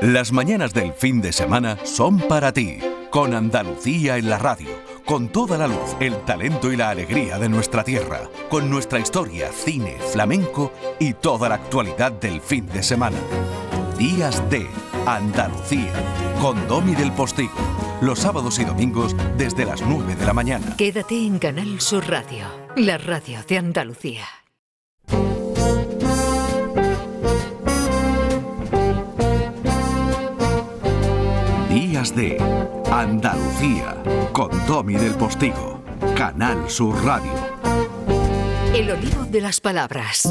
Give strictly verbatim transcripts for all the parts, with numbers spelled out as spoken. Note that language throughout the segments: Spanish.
Las mañanas del fin de semana son para ti, con Andalucía en la radio, con toda la luz, el talento y la alegría de nuestra tierra, con nuestra historia, cine, flamenco y toda la actualidad del fin de semana. Días de Andalucía, con Domi del Postigo, los sábados y domingos desde las nueve de la mañana. Quédate en Canal Sur Radio, la radio de Andalucía. Días de Andalucía, con Domi del Postigo, Canal Sur Radio. El olivo de las palabras.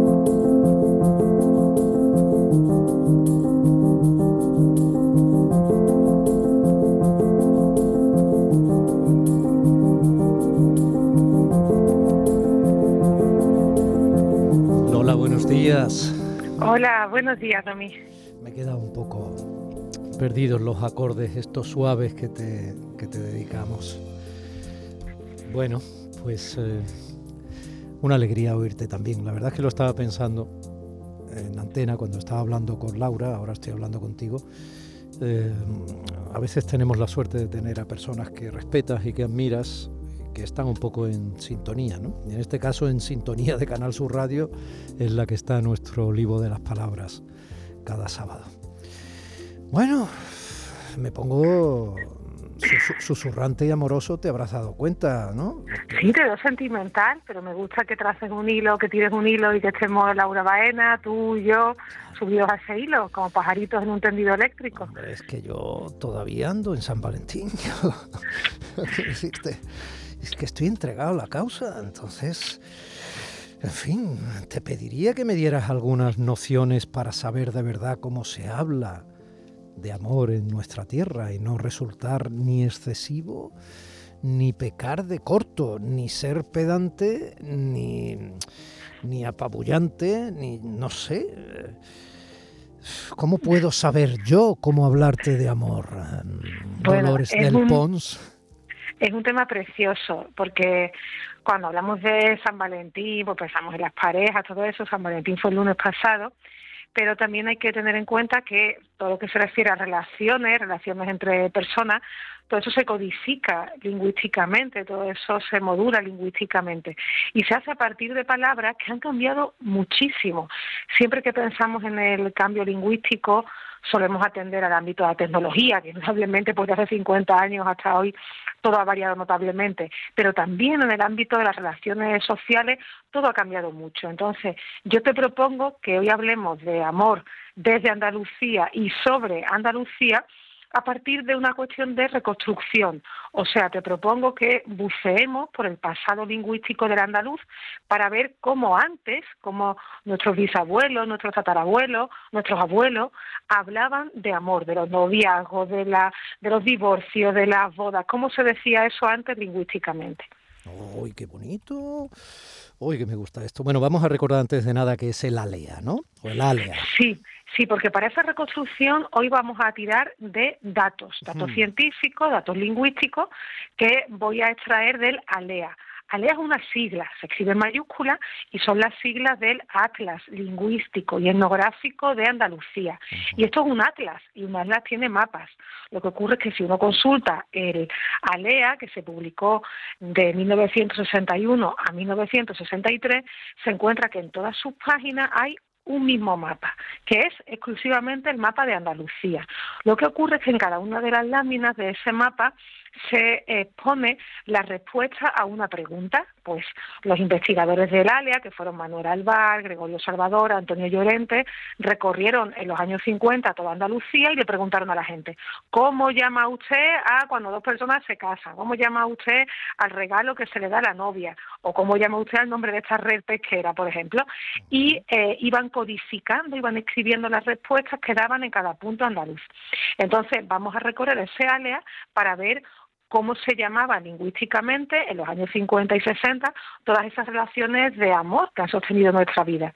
Hola, buenos días. Hola, buenos días, Domi. Me he quedado un poco perdidos los acordes, estos suaves que te, que te dedicamos. Bueno, pues eh, una alegría oírte también. La verdad es que lo estaba pensando en antena cuando estaba hablando con Laura, ahora estoy hablando contigo. Eh, a veces tenemos la suerte de tener a personas que respetas y que admiras, que están un poco en sintonía, ¿no? Y en este caso, en sintonía de Canal Sur Radio, es la que está nuestro olivo de las palabras cada sábado. Bueno, me pongo susurrante y amoroso, te habrás dado cuenta, ¿no? Sí, te veo sentimental, pero me gusta que traces un hilo, que tires un hilo y que estemos Laura Baena, tú y yo, subidos a ese hilo, como pajaritos en un tendido eléctrico. Hombre, es que yo todavía ando en San Valentín. Es que estoy entregado a la causa, entonces... En fin, te pediría que me dieras algunas nociones para saber de verdad cómo se habla de amor en nuestra tierra y no resultar ni excesivo, ni pecar de corto, ni ser pedante, ni, ni apabullante, ni no sé. ¿Cómo puedo saber yo cómo hablarte de amor? Bueno, Dolores del un, Pons. Es un tema precioso, porque cuando hablamos de San Valentín, pues pensamos en las parejas, todo eso. San Valentín fue el lunes pasado, pero también hay que tener en cuenta que todo lo que se refiere a relaciones, relaciones entre personas, todo eso se codifica lingüísticamente, todo eso se modula lingüísticamente y se hace a partir de palabras que han cambiado muchísimo. Siempre que pensamos en el cambio lingüístico, solemos atender al ámbito de la tecnología, que indudablemente pues de hace cincuenta años hasta hoy todo ha variado notablemente, pero también en el ámbito de las relaciones sociales todo ha cambiado mucho. Entonces, yo te propongo que hoy hablemos de amor desde Andalucía y sobre Andalucía a partir de una cuestión de reconstrucción. O sea, te propongo que buceemos por el pasado lingüístico del andaluz para ver cómo antes, cómo nuestros bisabuelos, nuestros tatarabuelos, nuestros abuelos hablaban de amor, de los noviazgos, de, la, de los divorcios, de las bodas, cómo se decía eso antes lingüísticamente. ¡Uy, qué bonito! ¡Uy, que me gusta esto! Bueno, vamos a recordar antes de nada que es el ALEA, ¿no? O el ALEA. Sí, sí, porque para esa reconstrucción hoy vamos a tirar de datos, datos hmm. científicos, datos lingüísticos, que voy a extraer del ALEA. ALEA es una sigla, se escribe en mayúscula y son las siglas del Atlas Lingüístico y Etnográfico de Andalucía. Uh-huh. Y esto es un atlas, y un atlas tiene mapas. Lo que ocurre es que si uno consulta el ALEA, que se publicó de mil novecientos sesenta y uno a mil novecientos sesenta y tres, se encuentra que en todas sus páginas hay un mismo mapa, que es exclusivamente el mapa de Andalucía. Lo que ocurre es que en cada una de las láminas de ese mapa se eh, pone la respuesta a una pregunta. Pues los investigadores del ALEA, que fueron Manuel Alvar, Gregorio Salvador, Antonio Llorente, recorrieron en los años cincuenta toda Andalucía y le preguntaron a la gente: ¿cómo llama usted a cuando dos personas se casan? ¿Cómo llama usted al regalo que se le da a la novia? ¿O cómo llama usted al nombre de esta red pesquera, por ejemplo? Y eh, iban codificando, iban escribiendo las respuestas que daban en cada punto andaluz. Entonces vamos a recorrer ese ALEA para ver cómo se llamaba lingüísticamente en los años cincuenta y sesenta todas esas relaciones de amor que han sostenido nuestra vida.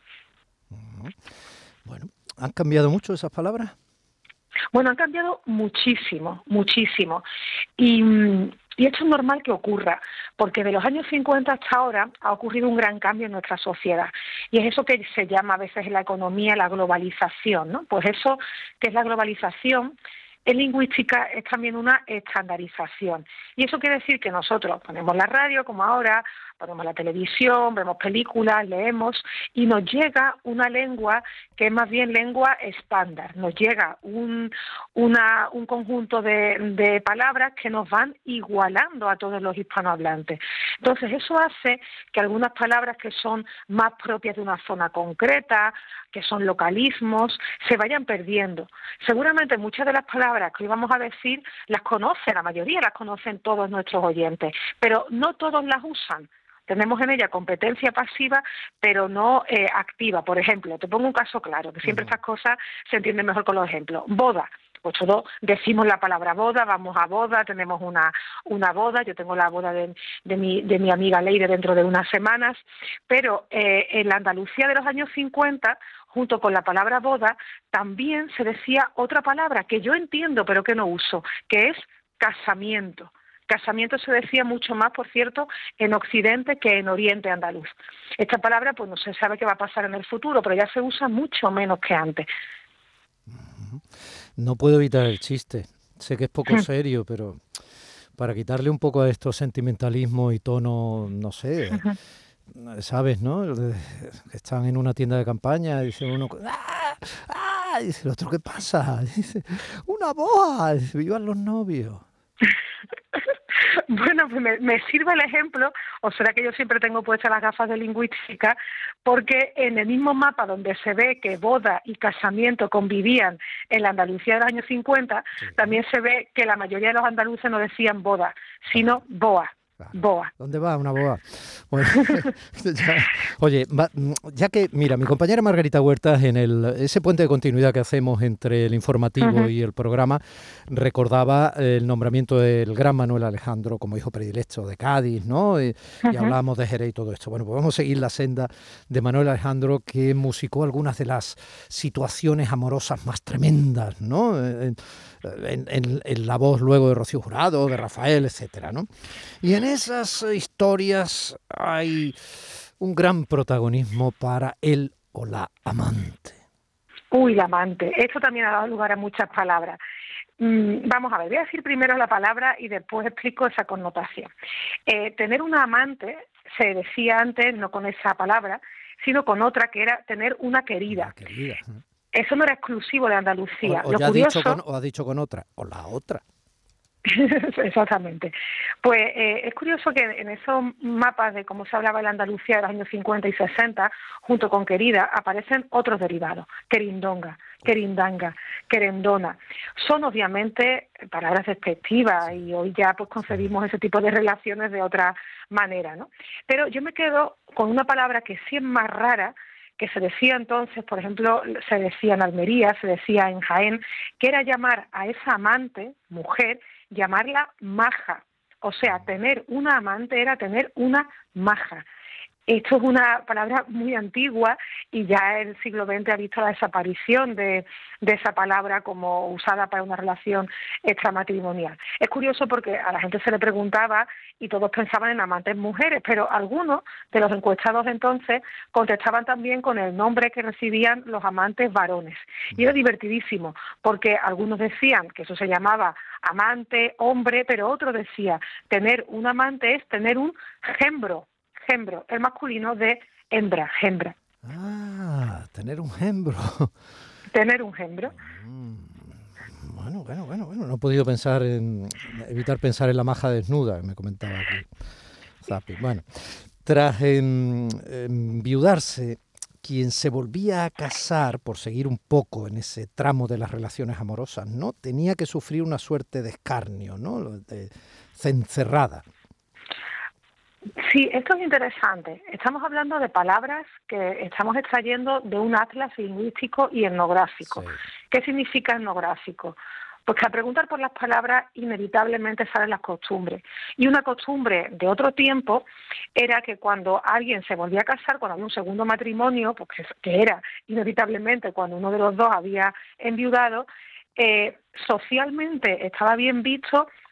Bueno, ¿han cambiado mucho esas palabras? Bueno, han cambiado muchísimo, muchísimo. Y, Y esto es normal que ocurra, porque de los años cincuenta hasta ahora ha ocurrido un gran cambio en nuestra sociedad. Y es eso que se llama a veces en la economía la globalización, ¿no? Pues eso que es la globalización, en lingüística es también una estandarización. Y eso quiere decir que nosotros ponemos la radio, como ahora, ponemos la televisión, vemos películas, leemos, y nos llega una lengua que es más bien lengua estándar. Nos llega un, una, un conjunto de, de palabras que nos van igualando a todos los hispanohablantes. Entonces, eso hace que algunas palabras que son más propias de una zona concreta, que son localismos, se vayan perdiendo. Seguramente muchas de las palabras que hoy vamos a decir las conocen, la mayoría las conocen todos nuestros oyentes, pero no todos las usan. Tenemos en ella competencia pasiva, pero no eh, activa. Por ejemplo, te pongo un caso claro, que siempre estas cosas se entienden mejor con los ejemplos. Boda. Pues todos decimos la palabra boda, vamos a boda, tenemos una, una boda, yo tengo la boda de, de, mi, de mi amiga Leire dentro de unas semanas, pero eh, en la Andalucía de los años cincuenta, junto con la palabra boda, también se decía otra palabra que yo entiendo pero que no uso, que es casamiento. Casamiento se decía mucho más, por cierto, en Occidente que en Oriente andaluz. Esta palabra pues no se sabe qué va a pasar en el futuro, pero ya se usa mucho menos que antes. No puedo evitar el chiste. Sé que es poco serio, pero para quitarle un poco a estos sentimentalismo y tono, no sé, ¿sabes, no? Están en una tienda de campaña y dice uno, ¡ah! ¡Ah! Y dice el otro, ¿qué pasa? Y dice, ¡una boda! Y dice, ¡vivan los novios! Bueno, pues me, me sirve el ejemplo, o será que yo siempre tengo puestas las gafas de lingüística, porque en el mismo mapa donde se ve que boda y casamiento convivían en la Andalucía de los años cincuenta, sí, también se ve que la mayoría de los andaluces no decían boda, sino boa. Claro. Boa. ¿Dónde va una boa? Bueno, ya, oye, ya que, mira, mi compañera Margarita Huertas, en el ese puente de continuidad que hacemos entre el informativo uh-huh. y el programa, recordaba el nombramiento del gran Manuel Alejandro como hijo predilecto de Cádiz, ¿no? Y, uh-huh. y hablábamos de Jerez y todo esto. Bueno, pues vamos a seguir la senda de Manuel Alejandro, que musicó algunas de las situaciones amorosas más tremendas, ¿no? En, en, en, en la voz luego de Rocío Jurado, de Rafael, etcétera, ¿no? Y en esas historias hay un gran protagonismo para él o la amante. Uy, la amante. Esto también ha dado lugar a muchas palabras. Mm, vamos a ver, voy a decir primero la palabra y después explico esa connotación. Eh, tener una amante se decía antes no con esa palabra, sino con otra que era tener una querida. Una querida. Eso no era exclusivo de Andalucía. O, o Lo ya curioso, ha dicho con, o ha dicho con otra, o la otra. Exactamente. Pues eh, es curioso que en esos mapas de cómo se hablaba en la Andalucía de los años cincuenta y sesenta, junto con querida, aparecen otros derivados, querindonga, querindanga, querendona. Son obviamente palabras despectivas y hoy ya pues concebimos ese tipo de relaciones de otra manera, ¿no? Pero yo me quedo con una palabra que sí es más rara, que se decía entonces, por ejemplo, se decía en Almería, se decía en Jaén, que era llamar a esa amante, mujer, llamarla maja. O sea, tener una amante era tener una maja. Esto es una palabra muy antigua y ya el siglo veinte ha visto la desaparición de, de esa palabra como usada para una relación extramatrimonial. Es curioso porque a la gente se le preguntaba y todos pensaban en amantes mujeres, pero algunos de los encuestados de entonces contestaban también con el nombre que recibían los amantes varones. Y era divertidísimo porque algunos decían que eso se llamaba amante, hombre, pero otro decía tener un amante es tener un gembro. Gembro, el masculino de hembra, hembra. Ah, tener un gembro. Tener un gembro. Mm, bueno, bueno, bueno, bueno. No he podido pensar en, evitar pensar en la maja desnuda, me comentaba aquí Zapi. Bueno, tras en, enviudarse, quien se volvía a casar, por seguir un poco en ese tramo de las relaciones amorosas, ¿no? Tenía que sufrir una suerte de escarnio, ¿no? De cencerrada. Sí, esto es interesante. Estamos hablando de palabras que estamos extrayendo de un atlas lingüístico y etnográfico. Sí. ¿Qué significa etnográfico? Pues que al preguntar por las palabras inevitablemente salen las costumbres. Y una costumbre de otro tiempo era que cuando alguien se volvía a casar, cuando había un segundo matrimonio, pues que, que era inevitablemente cuando uno de los dos había enviudado, eh, socialmente estaba bien visto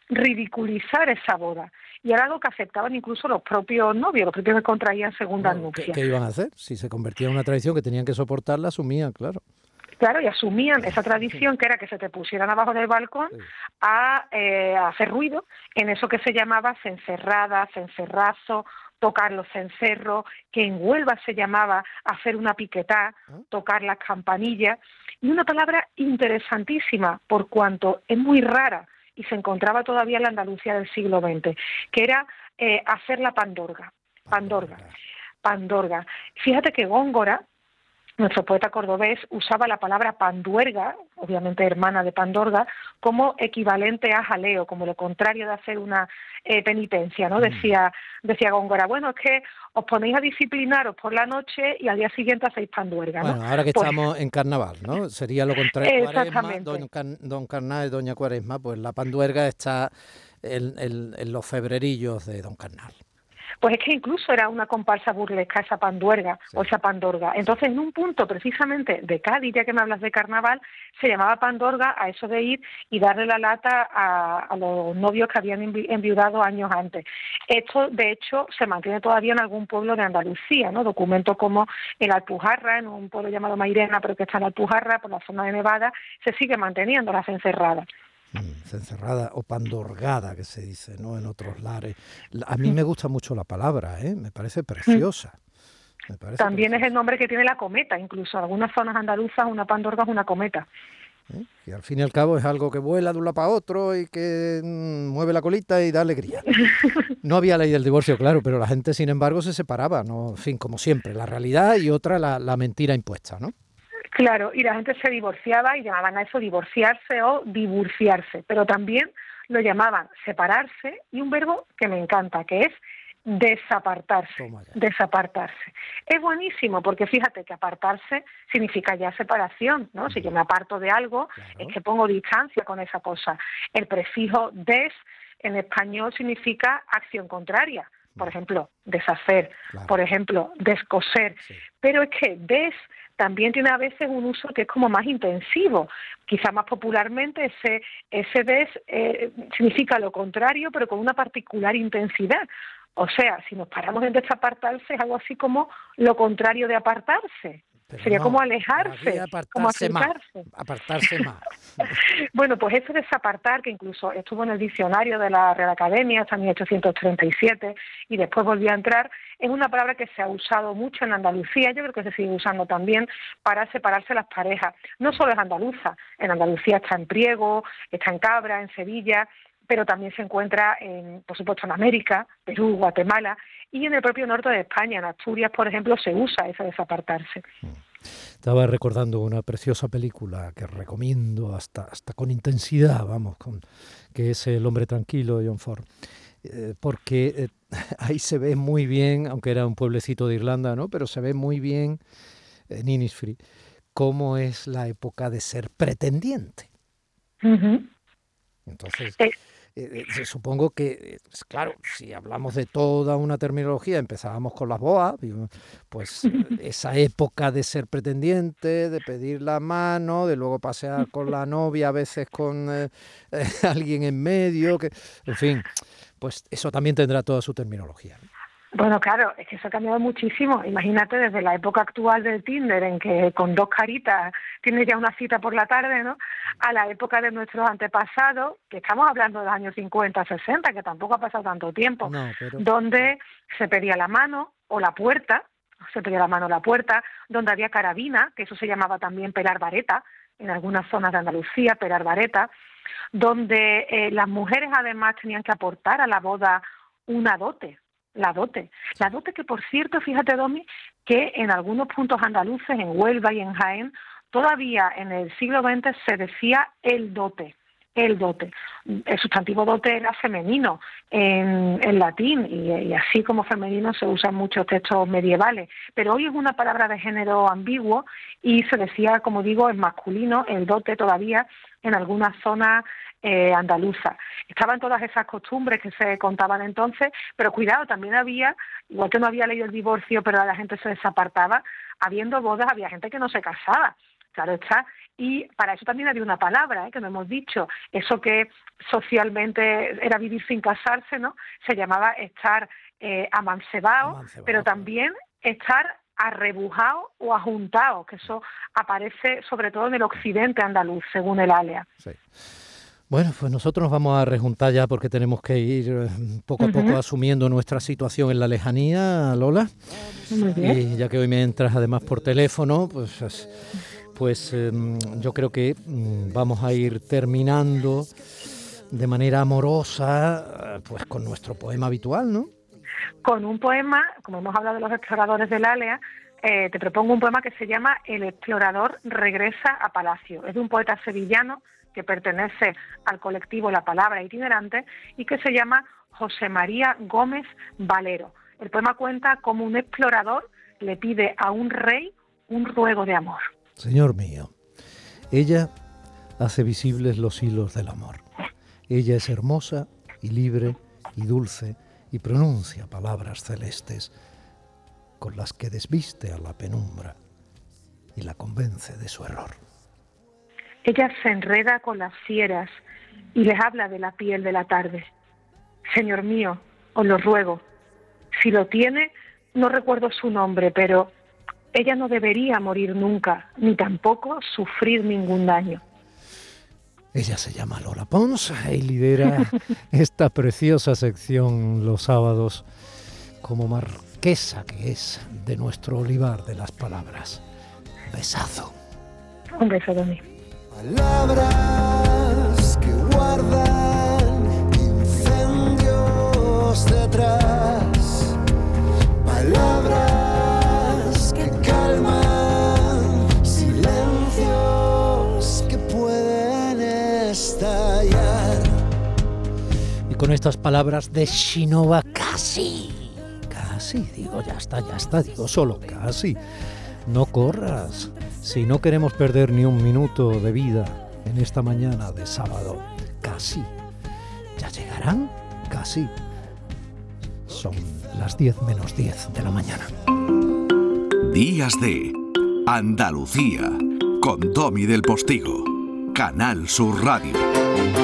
ridiculizar esa boda. Y era algo que aceptaban incluso los propios novios, los propios que contraían segunda Bueno, nupcia. ¿qué, ¿Qué iban a hacer? Si se convertía en una tradición que tenían que soportarla, asumían, claro. Claro, y asumían esa tradición que era que se te pusieran abajo del balcón Sí. a, eh, a hacer ruido en eso que se llamaba cencerrada, cencerrazo, tocar los cencerros, que en Huelva se llamaba hacer una piquetá, tocar las campanillas, y una palabra interesantísima por cuanto es muy rara y se encontraba todavía en la Andalucía del siglo veinte, que era eh, hacer la pandorga, pandorga, pandorga. Fíjate que Góngora, nuestro poeta cordobés, usaba la palabra panduerga, obviamente hermana de Pandorga, como equivalente a jaleo, como lo contrario de hacer una eh, penitencia, ¿no? Mm. Decía, decía Góngora, bueno, es que os ponéis a disciplinaros por la noche y al día siguiente hacéis panduerga, ¿no? Bueno, ahora que pues, estamos en carnaval, ¿no? Sería lo contrario. Exactamente. Cuaresma, don, Can, don Carnal, doña Cuaresma, pues la panduerga está en, en, en los febrerillos de don Carnal. Pues es que incluso era una comparsa burlesca esa panduerga sí. o esa pandorga. Entonces, en un punto precisamente de Cádiz, ya que me hablas de carnaval, se llamaba pandorga a eso de ir y darle la lata a, a los novios que habían envi enviudado años antes. Esto, de hecho, se mantiene todavía en algún pueblo de Andalucía, ¿no? Documentos como el Alpujarra, en un pueblo llamado Mairena, pero que está en Alpujarra, por la zona de Nevada, se sigue manteniendo la cencerrada. Cencerrada o pandorgada, que se dice, ¿no? En otros lares. A mí me gusta mucho la palabra, ¿eh? Me parece preciosa. Me parece También preciosa. Es el nombre que tiene la cometa, incluso en algunas zonas andaluzas una pandorga es una cometa. ¿Eh? Y al fin y al cabo es algo que vuela de un lado para otro y que mmm, mueve la colita y da alegría. No había ley del divorcio, claro, pero la gente, sin embargo, se separaba, ¿no? En fin, como siempre, la realidad y otra la, la mentira impuesta, ¿no? Claro, y la gente se divorciaba y llamaban a eso divorciarse o divorciarse, pero también lo llamaban separarse y un verbo que me encanta, que es desapartarse, desapartarse. Es buenísimo porque fíjate que apartarse significa ya separación, ¿no? Si yo me aparto de algo, claro, es que pongo distancia con esa cosa. El prefijo des en español significa acción contraria. Por ejemplo, deshacer, claro. Por ejemplo, descoser. Sí. Pero es que des también tiene a veces un uso que es como más intensivo. Quizá más popularmente ese, ese des eh, significa lo contrario, pero con una particular intensidad. O sea, si nos paramos en desapartarse, es algo así como lo contrario de apartarse. Pero sería no, como alejarse, como acercarse. Más, apartarse más. Bueno, pues eso de desapartar, que incluso estuvo en el diccionario de la Real Academia hasta mil ochocientos treinta y siete y después volvió a entrar, es una palabra que se ha usado mucho en Andalucía, yo creo que se sigue usando también para separarse las parejas. No solo es andaluza, en Andalucía está en Priego, está en Cabra, en Sevilla, pero también se encuentra, en, por supuesto, en América, Perú, Guatemala, y en el propio norte de España, en Asturias, por ejemplo, se usa ese desapartarse. Estaba recordando una preciosa película que recomiendo hasta, hasta con intensidad, vamos, con, que es El hombre tranquilo de John Ford, eh, porque eh, ahí se ve muy bien, aunque era un pueblecito de Irlanda, ¿no? Pero se ve muy bien en Innisfree cómo es la época de ser pretendiente. Uh-huh. Entonces, eh, eh, supongo que, claro, si hablamos de toda una terminología, empezábamos con las bodas, pues esa época de ser pretendiente, de pedir la mano, de luego pasear con la novia, a veces con eh, eh, alguien en medio, que, en fin, pues eso también tendrá toda su terminología, ¿no? Bueno, claro, es que eso ha cambiado muchísimo. Imagínate desde la época actual del Tinder, en que con dos caritas tienes ya una cita por la tarde, ¿no? A la época de nuestros antepasados, que estamos hablando de los años cincuenta, sesenta, que tampoco ha pasado tanto tiempo, no, pero... donde se pedía la mano o la puerta, se pedía la mano o la puerta, donde había carabina, que eso se llamaba también pelar vareta, en algunas zonas de Andalucía, pelar vareta, donde eh, las mujeres además tenían que aportar a la boda una dote. La dote. La dote que, por cierto, fíjate, Domi, que en algunos puntos andaluces, en Huelva y en Jaén, todavía en el siglo veinte se decía el dote. El dote. El sustantivo dote era femenino en, en latín y, y así como femenino se usa en muchos textos medievales. Pero hoy es una palabra de género ambiguo y se decía, como digo, en masculino, el dote todavía en algunas zonas Eh, andaluza. Estaban todas esas costumbres que se contaban entonces, pero cuidado, también había, igual que no había ley del divorcio, pero la gente se desapartaba, habiendo bodas había gente que no se casaba. claro está. Y para eso también había una palabra, ¿eh? que no hemos dicho, eso que socialmente era vivir sin casarse, ¿no? Se llamaba estar eh, amancebado, amancebado, pero también estar arrebujado o ajuntado, que eso aparece sobre todo en el occidente andaluz, según el Alea. Sí. Bueno, pues nosotros nos vamos a rejuntar ya porque tenemos que ir poco a poco uh-huh. asumiendo nuestra situación en la lejanía, Lola. Muy bien. Y ya que hoy me entras además por teléfono, pues, pues eh, yo creo que vamos a ir terminando de manera amorosa pues con nuestro poema habitual, ¿no? Con un poema, como hemos hablado de los exploradores del Alea, eh, te propongo un poema que se llama El explorador regresa a Palacio. Es de un poeta sevillano que pertenece al colectivo La Palabra Itinerante y que se llama José María Gómez Valero. El poema cuenta cómo un explorador le pide a un rey un ruego de amor. Señor mío, ella hace visibles los hilos del amor. Ella es hermosa y libre y dulce y pronuncia palabras celestes con las que desviste a la penumbra y la convence de su error. Ella se enreda con las fieras y les habla de la piel de la tarde. Señor mío, os lo ruego, si lo tiene, no recuerdo su nombre, pero ella no debería morir nunca, ni tampoco sufrir ningún daño. Ella se llama Lola Pons y lidera esta preciosa sección los sábados como marquesa que es de nuestro olivar de las palabras. Besazo. Un beso de mí. Palabras que guardan incendios detrás, palabras que calman silencios que pueden estallar. Y con estas palabras de Shinova, casi, casi, digo, ya está, ya está, digo, solo casi, no corras. Si no queremos perder ni un minuto de vida en esta mañana de sábado, casi, ya llegarán, casi. Son las diez menos diez de la mañana. Días de Andalucía, con Domi del Postigo, Canal Sur Radio.